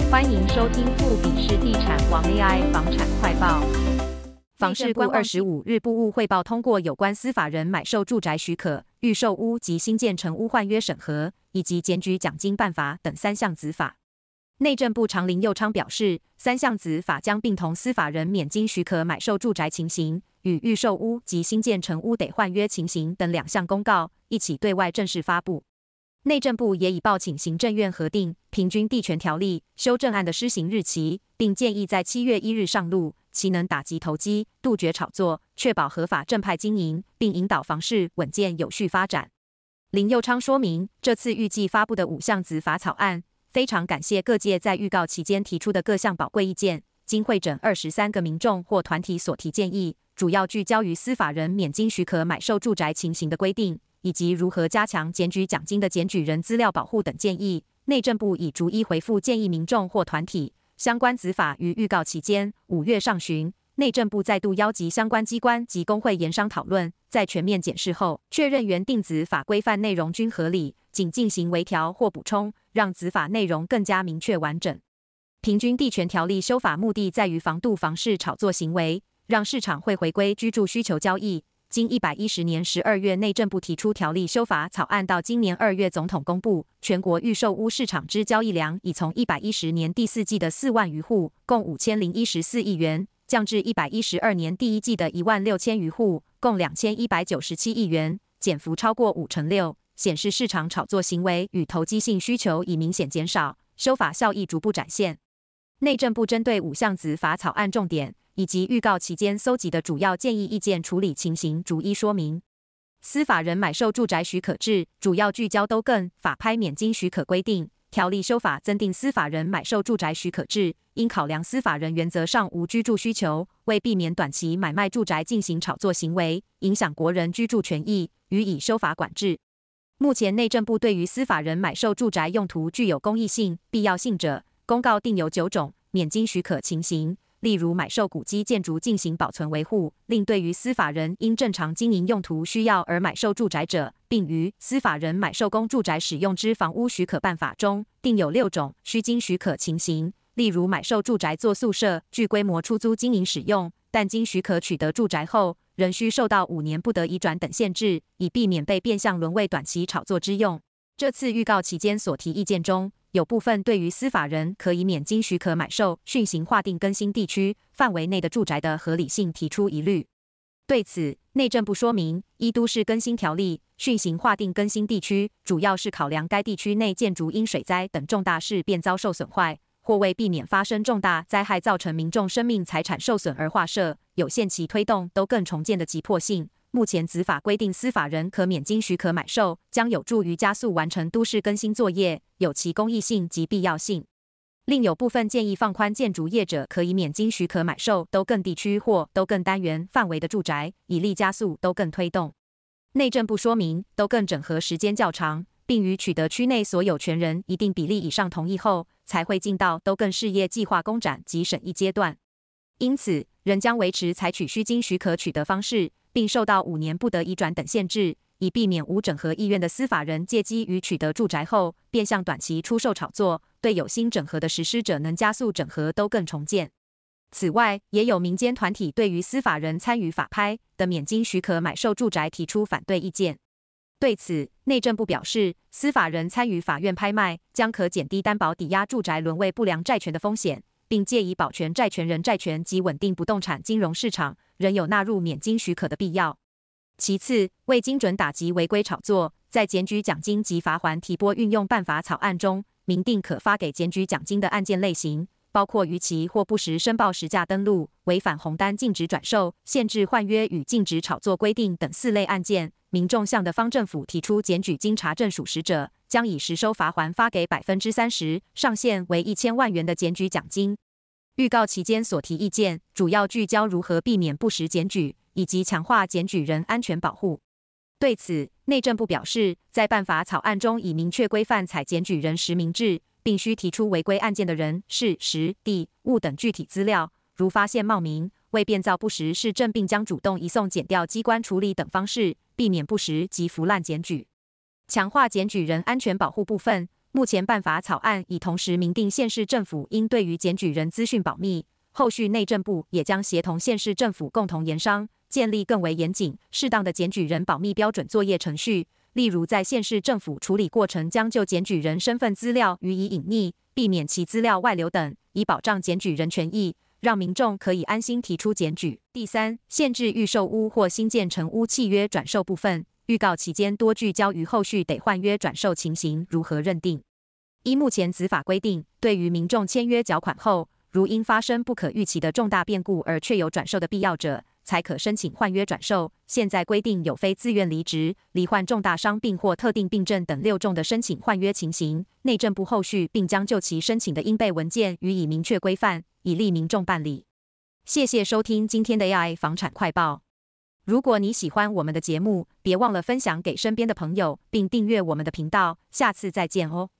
欢迎收听富比士地产王 AI 房产快报。 房市部25日部务汇报通过有关司法人买受住宅许可、预售屋及新建成屋换约审核，以及检举奖金办法等3项子法。内政部长林右昌表示，3项子法将并同司法人免经许可买受住宅情形与预售屋及新建成屋得换约情形等2项公告一起对外正式发布。内政部也已报请行政院核定《平均地权条例》修正案的施行日期，并建议在7月1日上路，其能打击投机，杜绝炒作，确保合法正派经营，并引导房市稳健有序发展。林右昌说明，这次预计发布的5项子法草案，非常感谢各界在预告期间提出的各项宝贵意见，经会诊23个民众或团体所提建议，主要聚焦于司法人免经许可买受住宅情形的规定，以及如何加强检举奖金的检举人资料保护等建议。内政部已逐一回复建议民众或团体。相关子法于预告期间5月上旬，内政部再度邀集相关机关及工会研商讨论，在全面检视后，确认原定子法规范内容均合理，仅进行微调或补充，让子法内容更加明确完整。平均地权条例修法目的在于防杜房市炒作行为，让市场会回归居住需求交易。经110年12月内政部提出条例修法草案，到今年2月总统公布，全国预售屋市场之交易量已从110年第4季的4万余户，共5014亿元，降至112年第1季的16000余户，共2197亿元，减幅超过6%，显示市场炒作行为与投机性需求已明显减少，修法效益逐步展现。内政部针对5项子法草案重点以及预告期间搜集的主要建议意见处理情形逐一说明。司法人买受住宅许可制主要聚焦都更法拍免经许可规定，条例修法增订司法人买受住宅许可制，应考量司法人原则上无居住需求，为避免短期买卖住宅进行炒作行为，影响国人居住权益，予以修法管制。目前内政部对于司法人买受住宅用途具有公益性、必要性者，公告定有9种免经许可情形，例如买受古迹建筑进行保存维护，另对于司法人因正常经营用途需要而买受住宅者，并于司法人买受供住宅使用之房屋许可办法中定有6种需经许可情形，例如买受住宅作宿舍、具规模出租经营使用，但经许可取得住宅后，仍需受到5年不得移转等限制，以避免被变相沦为短期炒作之用。这次预告期间所提意见中，有部分对于司法人可以免经许可买受讯行划定更新地区范围内的住宅的合理性提出疑虑。对此，内政部说明，依都市更新条例，讯行划定更新地区，主要是考量该地区内建筑因水灾等重大事变遭受损坏，或为避免发生重大灾害造成民众生命财产受损而划设，有限期推动都更重建的急迫性。目前子法规定司法人可免经许可买受，将有助于加速完成都市更新作业，有其公益性及必要性。另有部分建议放宽建筑业者可以免经许可买受都更地区或都更单元范围的住宅，以利加速都更推动。内政部说明，都更整合时间较长，并于取得区内所有权人一定比例以上同意后，才会进到都更事业计划公展及审议阶段。因此，仍将维持采取需经许可取得方式，并受到5年不得移转等限制，以避免无整合意愿的司法人借机于取得住宅后，变相短期出售炒作，对有心整合的实施者能加速整合都更重建。此外，也有民间团体对于司法人参与法拍的免经许可买受住宅提出反对意见。对此，内政部表示，司法人参与法院拍卖，将可减低担保抵押住宅沦为不良债权的风险，并借以保全债权人债权及稳定不动产金融市场，仍有纳入免经许可的必要。其次，为精准打击违规炒作，在检举奖金及罚锾提拨运用办法草案中，明定可发给检举奖金的案件类型，包括逾期或不实申报实价登录、违反红单禁止转售、限制换约与禁止炒作规定等4类案件。民众向的方政府提出检举经查证属实者，将以实收罚锾发给30%，上限为1000万元的检举奖金。预告期间所提意见，主要聚焦如何避免不实检举，以及强化检举人安全保护。对此，内政部表示，在办法草案中已明确规范采检举人实名制，并须提出违规案件的人、事、时、地、物等具体资料，如发现冒名、为变造不实事证，并将主动移送检调机关处理等方式，避免不实及腐烂检举。强化检举人安全保护部分， 目前办法草案已同时明定县市政府应对于检举人资讯保密，后续内政部也将协同县市政府共同研商，建立更为严谨、适当的检举人保密标准作业程序。例如，在县市政府处理过程将就检举人身份资料予以隐匿，避免其资料外流等，以保障检举人权益，让民众可以安心提出检举。第三，限制预售屋或新建成屋契约转售部分，预告期间多聚焦于后续得换约转售情形如何认定。依目前子法规定，对于民众签约缴款后，如因发生不可预期的重大变故而确有转售的必要者，才可申请换约转售。现在规定有非自愿离职、罹患重大伤病或特定病症等6种的申请换约情形，内政部后续并将就其申请的应备文件予以明确规范，以利民众办理。谢谢收听今天的 AI 房产快报。如果你喜欢我们的节目，别忘了分享给身边的朋友，并订阅我们的频道。下次再见哦。